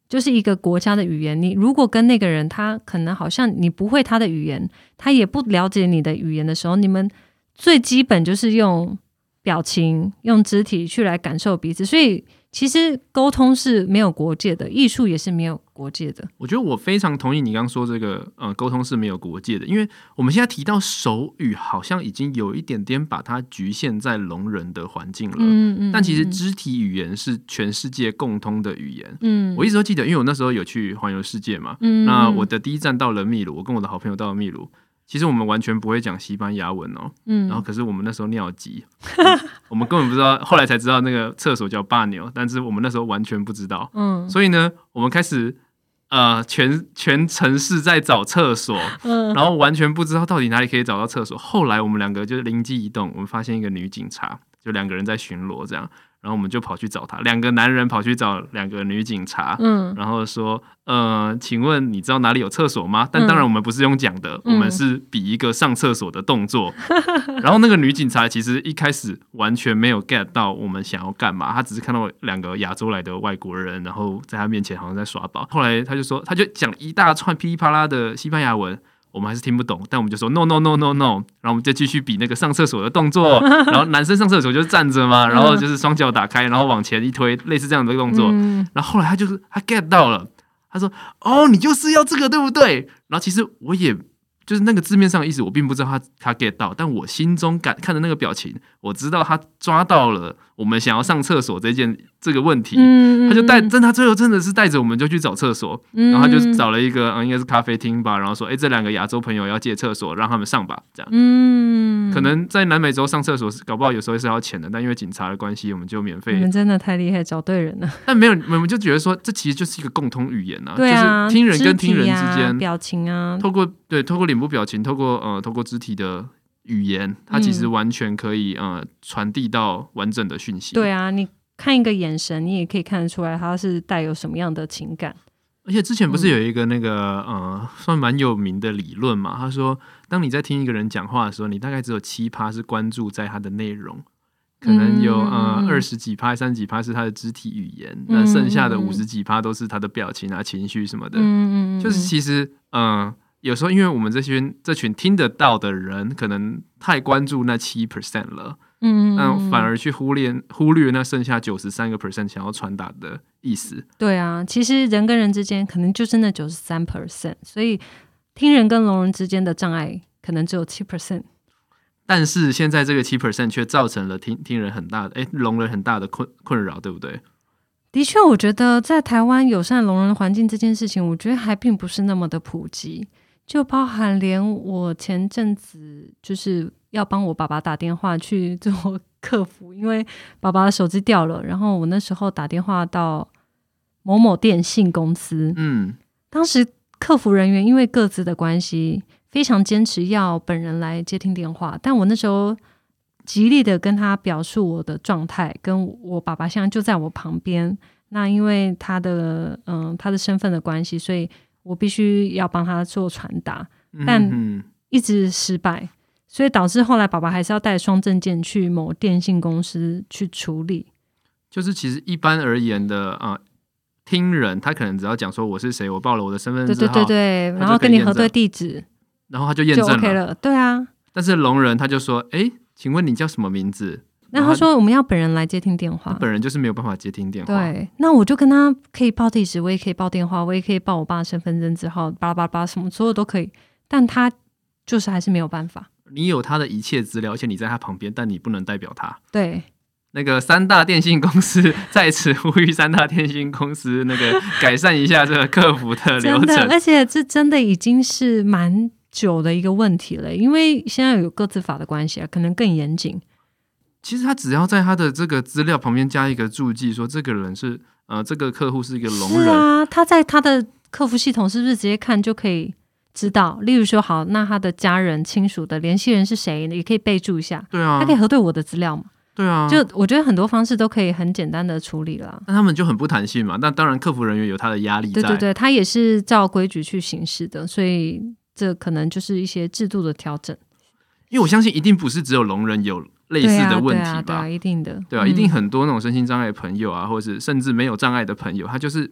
S2: 就是一个国家的语言，你如果跟那个人他可能好像你不会他的语言，他也不了解你的语言的时候，你们最基本就是用表情用肢体去来感受彼此，所以其实沟通是没有国界的，艺术也是没有国界的。
S1: 我觉得我非常同意你刚刚说这个沟通是没有国界的，因为我们现在提到手语好像已经有一点点把它局限在聋人的环境了，但其实肢体语言是全世界共通的语言。我一直都记得，因为我那时候有去环游世界嘛，那我的第一站到了秘鲁，我跟我的好朋友到了秘鲁，其实我们完全不会讲西班牙文哦，然后可是我们那时候尿急，我们根本不知道，后来才知道那个厕所叫巴纽，但是我们那时候完全不知道，所以呢，我们开始全城市在找厕所，然后完全不知道到底哪里可以找到厕所。后来我们两个就灵机一动，我们发现一个女警察，就2个人在巡逻这样。然后我们就跑去找他，2个男人跑去找2个女警察，然后说，请问你知道哪里有厕所吗？但当然我们不是用讲的，我们是比一个上厕所的动作。然后那个女警察其实一开始完全没有 get 到我们想要干嘛，她只是看到2个亚洲来的外国人，然后在她面前好像在耍宝。后来她就说，她就讲一大串噼里啪啦的西班牙文。我们还是听不懂，但我们就说 no no no no no， 然后我们就继续比那个上厕所的动作，然后男生上厕所就是站着嘛，然后就是双脚打开，然后往前一推，类似这样的动作。然后后来他他 get 到了，他说哦，你就是要这个对不对？然后其实我也就是那个字面上的意思，我并不知道他 get 到，但我心中看的那个表情，我知道他抓到了我们想要上厕所这个问题，他就他最后真的是带着我们就去找厕所，然后他就找了一个应该是咖啡厅吧，然后说这2个亚洲朋友要借厕所，让他们上吧，这样。可能在南美洲上厕所搞不好有时候是要钱的，但因为警察的关系，我们就免费。
S2: 你们真的太厉害，找对人了。
S1: 但没有，我们就觉得说，这其实就是一个共通语言啊，
S2: 对啊，
S1: 就是听人跟听人之间，
S2: 表情啊，透
S1: 过脸部表情，透过肢体的语言，它其实完全可以传递到完整的讯息。
S2: 对啊，你看一个眼神，你也可以看得出来它是带有什么样的情感。
S1: 而且之前不是有一个那个算蛮有名的理论嘛？他说，当你在听一个人讲话的时候，你大概只有7%是关注在他的内容，可能有20几%、30几%是他的肢体语言，那剩下的50几%都是他的表情啊、情绪什么的。就是其实有时候因为我们这群听得到的人，可能太关注那7% 了。那反而去忽略那剩下93% 想要传达的意思。对
S2: 啊，其实人跟人之间可能就是那93%，所以听人跟聋人之间的障碍可能只有7%。
S1: 但是现在这个7% 却造成了听人很大的聋人很大的困扰，对不对？
S2: 的确，我觉得在台湾友善聋人环境这件事情，我觉得还并不是那么的普及，就包含连我前阵子就是要帮我爸爸打电话去做客服，因为爸爸的手机掉了，然后我那时候打电话到某某电信公司，当时客服人员因为各自的关系非常坚持要本人来接听电话，但我那时候极力的跟他表述我的状态，跟我爸爸现在就在我旁边，那因为他的身份的关系，所以我必须要帮他做传达，但一直失败，所以导致后来爸爸还是要带双证件去某电信公司去处理。
S1: 就是其实一般而言的听人他可能只要讲说我是谁，我报了我的身份证号，
S2: 对，然后跟你核对地址，
S1: 然后他就验证了，
S2: 就 OK 了。对啊，
S1: 但是聋人他就说请问你叫什么名字？
S2: 那他说我们要本人来接听电话，
S1: 本人就是没有办法接听电话。
S2: 对，那我就跟他可以报地址，我也可以报电话，我也可以报我爸的身份证字号，巴拉巴拉什么所有都可以，但他就是还是没有办法。
S1: 你有他的一切资料，而且你在他旁边，但你不能代表他。
S2: 对，
S1: 那个3大电信公司在此呼吁3大电信公司那个改善一下这个客服的流程。
S2: 真的，而且这真的已经是蛮久的一个问题了，因为现在有个资法的关系可能更严谨。
S1: 其实他只要在他的这个资料旁边加一个注记，说这个人是这个客户是一个聋人。是
S2: 啊，他在他的客服系统是不是直接看就可以知道？例如说，好，那他的家人亲属的联系人是谁，也可以备注一下。
S1: 对啊，
S2: 他可以核对我的资料嘛？
S1: 对啊，
S2: 就我觉得很多方式都可以很简单的处理了。
S1: 那他们就很不弹性嘛。那当然，客服人员有他的压力在。
S2: 对，他也是照规矩去行事的，所以这可能就是一些制度的调整。
S1: 因为我相信，一定不是只有聋人有类似的问题吧？
S2: 对啊，一定的。
S1: 对啊，一定很多那种身心障碍的朋友啊，或者是甚至没有障碍的朋友，他就是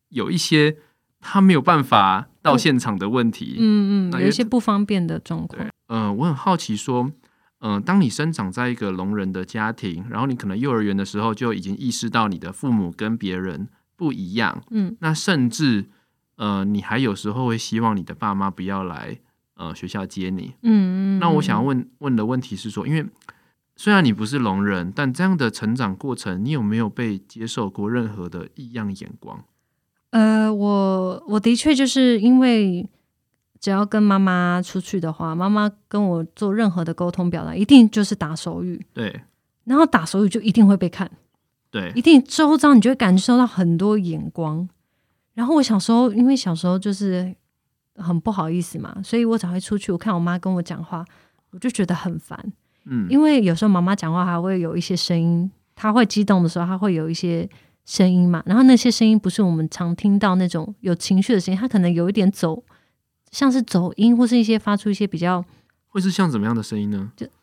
S1: 有一些他没有办法到现场的问题，
S2: 有一些不方便的状况。
S1: 我很好奇说，当你生长在一个聋人的家庭，然后你可能幼儿园的时候就已经意识到你的父母跟别人不一样，那甚至你还有时候会希望你的爸妈不要来学校接你，那我想要问的问题是说，因为虽然你不是聋人，但这样的成长过程，你有没有被接受过任何的异样眼光？
S2: 我的确就是因为只要跟妈妈出去的话，妈妈跟我做任何的沟通表达，一定就是打手语。
S1: 对，
S2: 然后打手语就一定会被看，
S1: 对，
S2: 一定周遭你就会感受到很多眼光。然后我小时候，因为小时候就是很不好意思嘛，所以我才会出去。我看我妈跟我讲话，我就觉得很烦。因为有时候妈妈讲话还会有一些声音，她会激动的时候，她会有一些声音嘛。然后那些声音不是我们常听到那种有情绪的声音，她可能有一点像是走音，或是一些发出一些比较，
S1: 会是像怎么样的声音呢？
S2: 就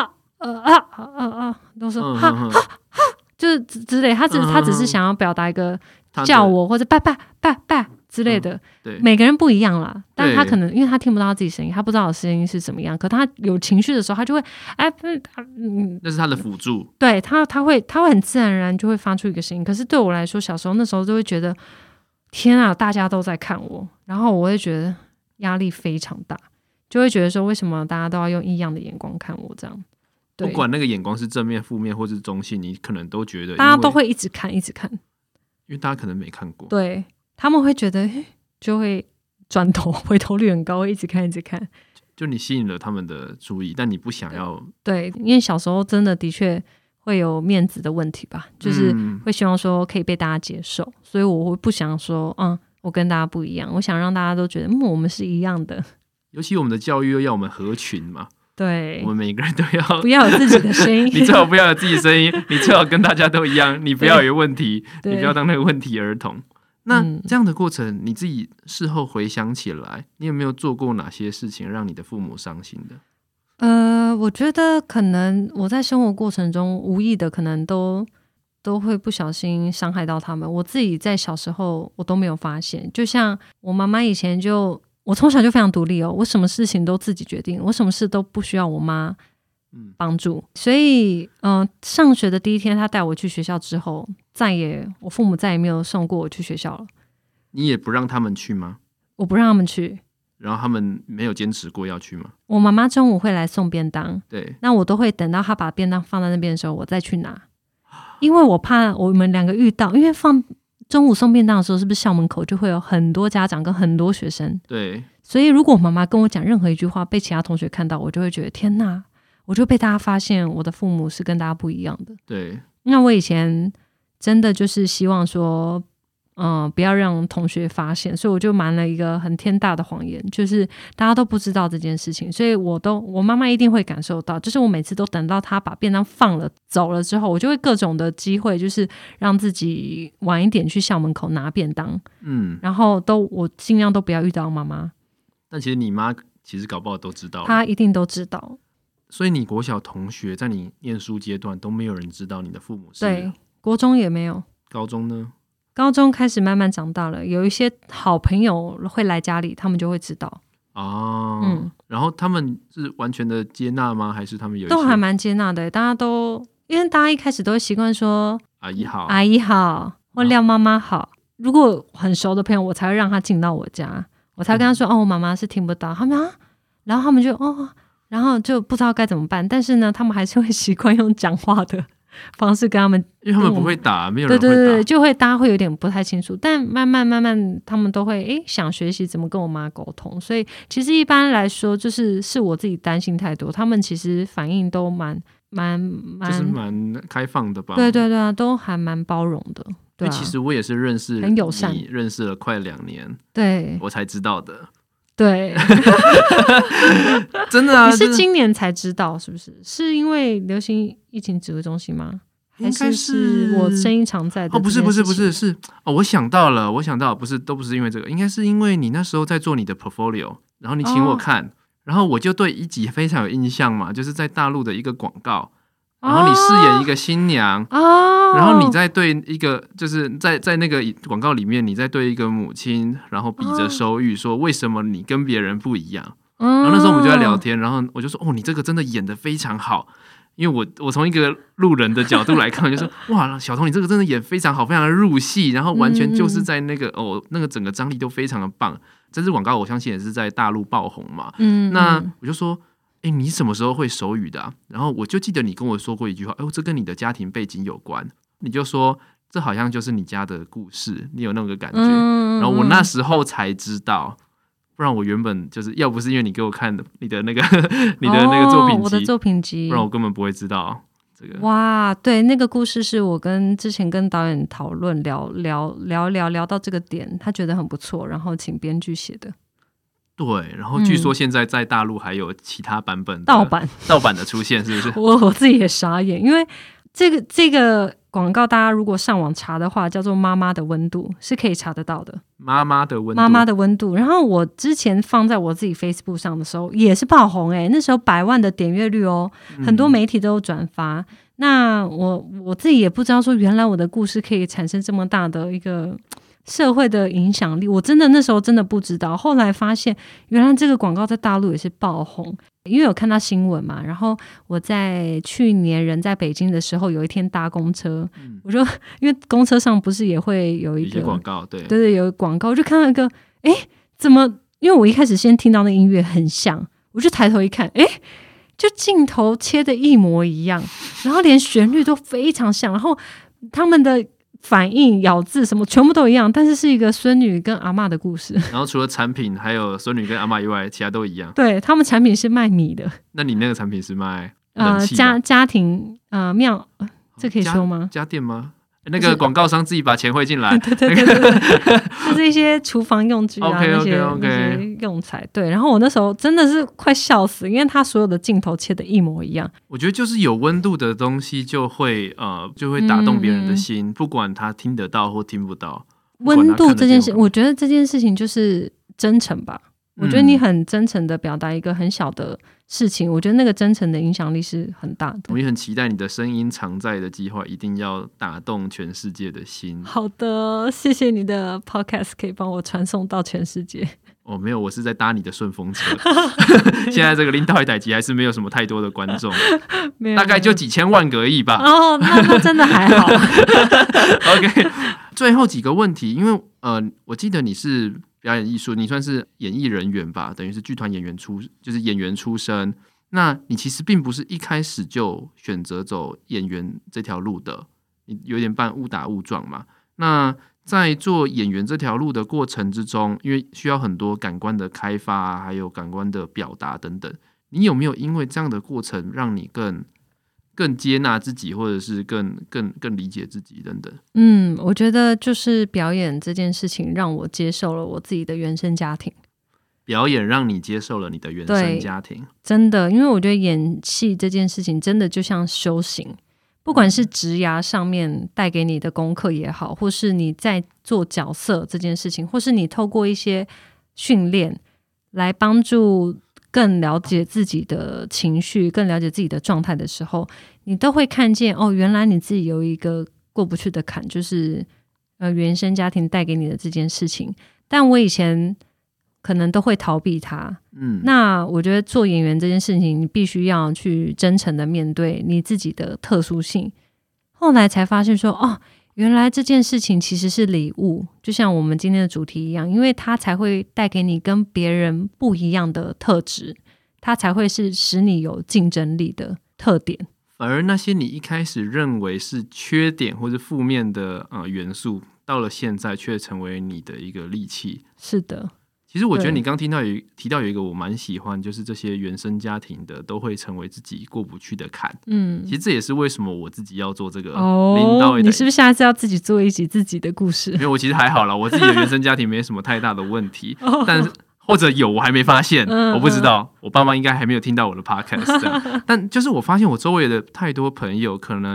S2: 都说就是之类。她只是想要表达一个叫我或者爸之类的，
S1: 对，
S2: 每个人不一样啦。但他可能因为他听不到他自己声音，他不知道声音是怎么样，可他有情绪的时候，他就会
S1: 那是他的辅助。
S2: 对，他会很自然而然就会发出一个声音。可是对我来说，小时候那时候就会觉得天啊，大家都在看我，然后我会觉得压力非常大，就会觉得说为什么大家都要用异样的眼光看我这样。
S1: 不管那个眼光是正面、负面或是中性，你可能都觉得
S2: 大家都会一直看，因
S1: 为大家可能没看过。
S2: 对，他们会觉得就会转头回头率很高，会一直看。
S1: 就你吸引了他们的注意，但你不想要。
S2: 对，因为小时候真的确会有面子的问题吧，就是会希望说可以被大家接受，所以我会不想说我跟大家不一样，我想让大家都觉得我们是一样的。
S1: 尤其我们的教育又要我们合群嘛，
S2: 对，
S1: 我们每个人都要
S2: 不要有自己的声音
S1: 你最好不要有自己的声音，你最好跟大家都一样，你不要有问题，你不要当那个问题儿童。那这样的过程，你自己事后回想起来，你有没有做过哪些事情让你的父母伤心的？
S2: 我觉得可能我在生活过程中无意的可能都会不小心伤害到他们，我自己在小时候我都没有发现。就像我妈妈以前我从小就非常独立我什么事情都自己决定，我什么事都不需要我妈帮助。所以上学的第一天她带我去学校之后，我父母再也没有送过我去学校了。
S1: 你也不让他们去吗？
S2: 我不让他们去。
S1: 然后他们没有坚持过要去吗？
S2: 我妈妈中午会来送便当，
S1: 对，
S2: 那我都会等到她把便当放在那边的时候我再去拿，因为我怕我们两个遇到，因为中午送便当的时候是不是校门口就会有很多家长跟很多学生？
S1: 对，
S2: 所以如果妈妈跟我讲任何一句话被其他同学看到，我就会觉得天哪，我就被大家发现我的父母是跟大家不一样的。
S1: 对，
S2: 那我以前真的就是希望说不要让同学发现，所以我就瞒了一个很天大的谎言，就是大家都不知道这件事情，所以我妈妈一定会感受到，就是我每次都等到她把便当放了走了之后，我就会各种的机会，就是让自己晚一点去校门口拿便当，然后我尽量都不要遇到妈妈。
S1: 但其实你妈其实搞不好都知道，
S2: 她一定都知道。
S1: 所以你国小同学在你念书阶段都没有人知道你的父母是？
S2: 对，国中也没有。
S1: 高中呢？
S2: 高中开始慢慢长大了，有一些好朋友会来家里，他们就会知道。
S1: 然后他们是完全的接纳吗？还是他们有一些
S2: 都还蛮接纳的？大家都因为大家一开始都会习惯说
S1: 阿姨好，
S2: 阿姨好，或廖妈妈好。如果很熟的朋友，我才会让他进到我家，我才跟他说我妈妈是听不到。他们然后他们就然后就不知道该怎么办。但是呢，他们还是会习惯用讲话的方式跟他们，
S1: 因为他们不会打，没有人会打，
S2: 对，就会大家会有点不太清楚，但慢慢他们都会想学习怎么跟我妈沟通。所以其实一般来说就是我自己担心太多，他们其实反应都就是
S1: 蛮开放的吧。
S2: 对啊，都还蛮包容的。对
S1: 其实我也是认识
S2: 很友善，
S1: 你认识了快2年，
S2: 对我
S1: 才知道的。
S2: 对
S1: 真的啊！
S2: 你是今年才知道是不是？是因为流行疫情指挥中心吗？还是我声音常在的？
S1: 不是，是我想到了，都不是因为这个，应该是因为你那时候在做你的 portfolio， 然后你请我看，然后我就对一集非常有印象嘛，就是在大陆的一个广告， 然后你饰演一个新娘，然后你在对一个就是在那个广告里面，你在对一个母亲，然后比着手语说为什么你跟别人不一样。然后那时候我们就在聊天，然后我就说你这个真的演得非常好。因为我从一个路人的角度来看，就说哇，小童你这个真的演非常好，非常的入戏，然后完全就是在那个那个整个张力都非常的棒。这支广告我相信也是在大陆爆红嘛。那我就说，你什么时候会手语的啊？然后我就记得你跟我说过一句话，这跟你的家庭背景有关。你就说这好像就是你家的故事，你有那个感觉。然后我那时候才知道。不然我原本就是要不是因为你给我看你的那个你的那个作品集，
S2: 我的作品集，
S1: 不然我根本不会知道这个。
S2: 哇，对，那个故事是我之前跟导演讨论聊到这个点，他觉得很不错，然后请编剧写的。
S1: 对，然后据说现在在大陆还有其他版本的
S2: 盗版的出现，是不是？我自己也傻眼，因为这个广告大家如果上网查的话，叫做妈妈的温度，是可以查得到的。妈妈的温度。然后我之前放在我自己 Facebook 上的时候也是爆红那时候100万的点阅率很多媒体都有转发。那我自己也不知道说原来我的故事可以产生这么大的一个社会的影响力，我真的那时候真的不知道。后来发现原来这个广告在大陆也是爆红，因为有看到新闻嘛。然后我在去年人在北京的时候，有一天搭公车，我就因为公车上不是也会有一个
S1: 广告，对，
S2: 有一个广告，我就看到一个怎么？因为我一开始先听到那音乐很像，我就抬头一看，就镜头切的一模一样，然后连旋律都非常像，然后他们的反应、咬字什么全部都一样，但是是一个孙女跟阿嬷的故事。
S1: 然后除了产品还有孙女跟阿嬷以外，其他都一样。
S2: 对，他们产品是卖米的。
S1: 那你那个产品是卖冷气吗？
S2: 家庭庙，这可以说吗？
S1: 家电吗？那个广告商自己把钱汇进来，
S2: 对，就是一些厨房用具啊那些用材。对，然后我那时候真的是快笑死，因为他所有的镜头切的一模一样。
S1: 我觉得就是有温度的东西就会打动别人的心，不管他听得到或听不到。
S2: 温度这件事，我觉得这件事情就是真诚吧。我觉得你很真诚的表达一个很小的事情，我觉得那个真诚的影响力是很大的。
S1: 我也很期待你的声音常在的计划一定要打动全世界的心。
S2: 好的，谢谢你的 podcast 可以帮我传送到全世界。
S1: 没有，我是在搭你的顺风车。现在这个领导一代集还是没有什么太多的观众，大概就几千万个而已吧。
S2: 那真的还好。
S1: OK， 最后几个问题，因为我记得你是表演艺术，你算是演艺人员吧，等于是剧团演员就是演员出身。那你其实并不是一开始就选择走演员这条路的，你有点半误打误撞嘛。那在做演员这条路的过程之中，因为需要很多感官的开发还有感官的表达等等，你有没有因为这样的过程让你更接纳自己，或者是更理解自己等等？
S2: 我觉得就是表演这件事情让我接受了我自己的原生家庭。
S1: 表演让你接受了你的原生家庭，
S2: 真的，因为我觉得演戏这件事情真的就像修行，不管是职涯上面带给你的功课也好，或是你在做角色这件事情，或是你透过一些训练来帮助更了解自己的情绪，更了解自己的状态的时候，你都会看见原来你自己有一个过不去的坎，就是原生家庭带给你的这件事情。但我以前可能都会逃避它。那我觉得做演员这件事情，你必须要去真诚的面对你自己的特殊性。后来才发现说，原来这件事情其实是礼物，就像我们今天的主题一样，因为它才会带给你跟别人不一样的特质，它才会是使你有竞争力的特点。
S1: 反而那些你一开始认为是缺点或是负面的元素，到了现在却成为你的一个利器。
S2: 是的。
S1: 其实我觉得你刚提到有一个我蛮喜欢，就是这些原生家庭的都会成为自己过不去的坎。其实这也是为什么我自己要做这个领导。
S2: 你是不是下次要自己做一集自己的故事？
S1: 因为我其实还好啦，我自己的原生家庭没什么太大的问题，但是或者有我还没发现，我不知道，我爸妈应该还没有听到我的 podcast 这样。但就是我发现我周围的太多朋友可能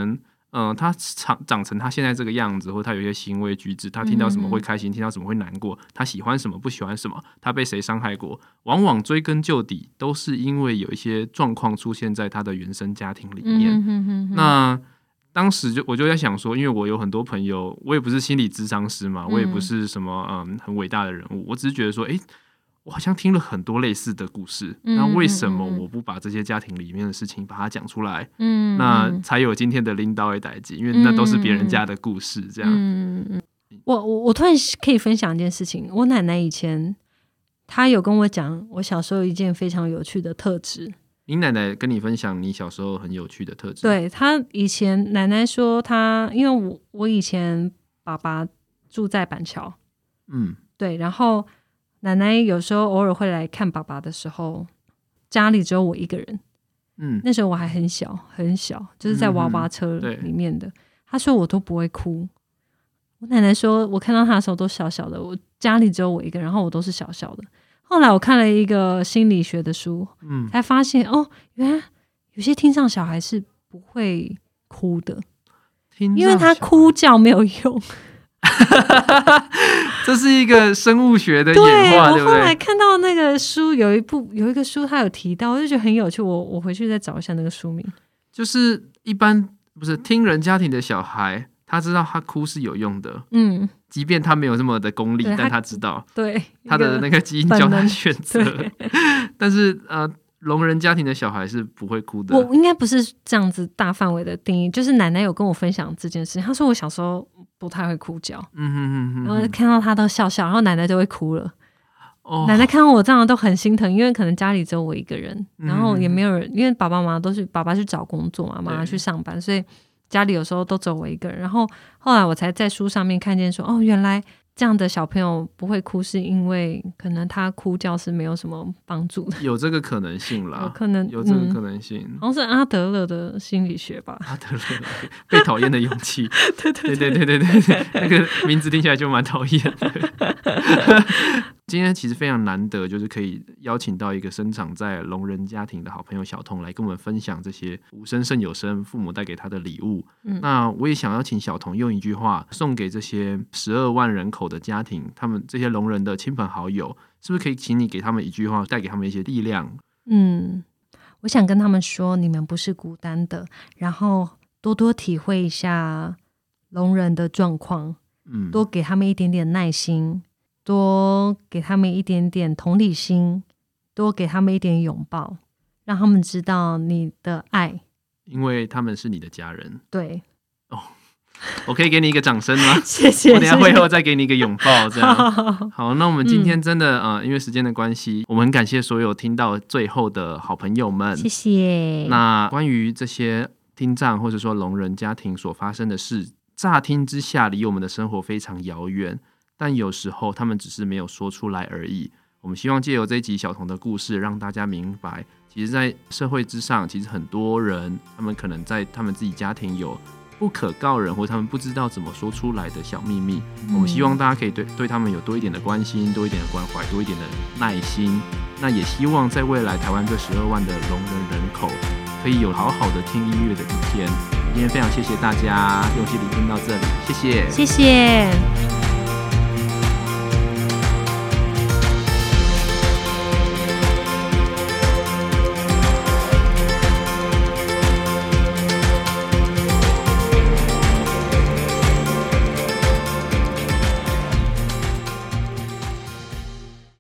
S1: 他长成他现在这个样子，或他有一些行为举止，他听到什么会开心，听到什么会难过，他喜欢什么不喜欢什么，他被谁伤害过，往往追根究底都是因为有一些状况出现在他的原生家庭里面。那当时我就在想说，因为我有很多朋友，我也不是心理咨商师嘛，我也不是什么很伟大的人物，我只是觉得说我好像听了很多类似的故事，那为什么我不把这些家庭里面的事情把它讲出来？那才有今天的领导的代际，因为那都是别人家的故事。这样，
S2: 我突然可以分享一件事情，我奶奶以前她有跟我讲，我小时候一件非常有趣的特质。
S1: 你奶奶跟你分享你小时候很有趣的特质？
S2: 对，她以前奶奶说因为我以前爸爸住在板桥，对，然后奶奶有时候偶尔会来看爸爸的时候，家里只有我一个人。那时候我还很小很小，就是在娃娃车里面的。她说我都不会哭。我奶奶说我看到她的时候都小小的，我家里只有我一个人，然后我都是小小的。后来我看了一个心理学的书，才发现原来有些听障小孩是不会哭的，因为他哭叫没有用。
S1: 这是一个生物学的演化，对不对？
S2: 我后来看到那个书有一个书，他有提到，我就觉得很有趣。我回去再找一下那个书名。
S1: 就是一般不是听人家庭的小孩，他知道他哭是有用的，即便他没有这么的功利，但他知道，
S2: 对，
S1: 他的那个基因教他选择。但是聋人家庭的小孩是不会哭的。
S2: 我应该不是这样子大范围的定义，就是奶奶有跟我分享这件事，她说我小时候不太会哭叫，然后看到她都笑笑，然后奶奶就会哭了。奶奶看到我这样都很心疼，因为可能家里只有我一个人，然后也没有人，因为爸爸妈妈都是爸爸去找工作嘛，妈妈去上班，所以家里有时候都只有我一个人。然后后来我才在书上面看见说，原来这样的小朋友不会哭，是因为可能他哭叫是没有什么帮助的，
S1: 有这个可能性啦，
S2: 有可能
S1: 有这个可能性，
S2: 好像是阿德勒的心理学吧，
S1: 阿德勒被讨厌的勇气，对，那个名字听起来就蛮讨厌的。今天其实非常难得，就是可以邀请到一个生长在聋人家庭的好朋友小童来跟我们分享这些无声胜有声父母带给他的礼物。那我也想要请小童用一句话送给这些12万人口的家庭，他们这些聋人的亲朋好友，是不是可以请你给他们一句话，带给他们一些力量？
S2: 我想跟他们说，你们不是孤单的，然后多多体会一下聋人的状况，多给他们一点点耐心，多给他们一点点同理心，多给他们一点拥抱，让他们知道你的爱，
S1: 因为他们是你的家人。
S2: 对，
S1: 我可以给你一个掌声吗？
S2: 谢谢。
S1: 我等一下会后再给你一个拥抱，这样。好，那我们今天真的因为时间的关系，我们很感谢所有听到最后的好朋友们，
S2: 谢谢。
S1: 那关于这些听障或者说聋人家庭所发生的事，乍听之下离我们的生活非常遥远，但有时候他们只是没有说出来而已。我们希望借由这一集小童的故事，让大家明白，其实在社会之上，其实很多人他们可能在他们自己家庭有不可告人，或者他们不知道怎么说出来的小秘密。我们希望大家可以对他们有多一点的关心，多一点的关怀，多一点的耐心。那也希望在未来台湾这12万的聋人人口可以有好好的听音乐的一天。今天非常谢谢大家用心聆听到这里，谢谢，
S2: 谢谢。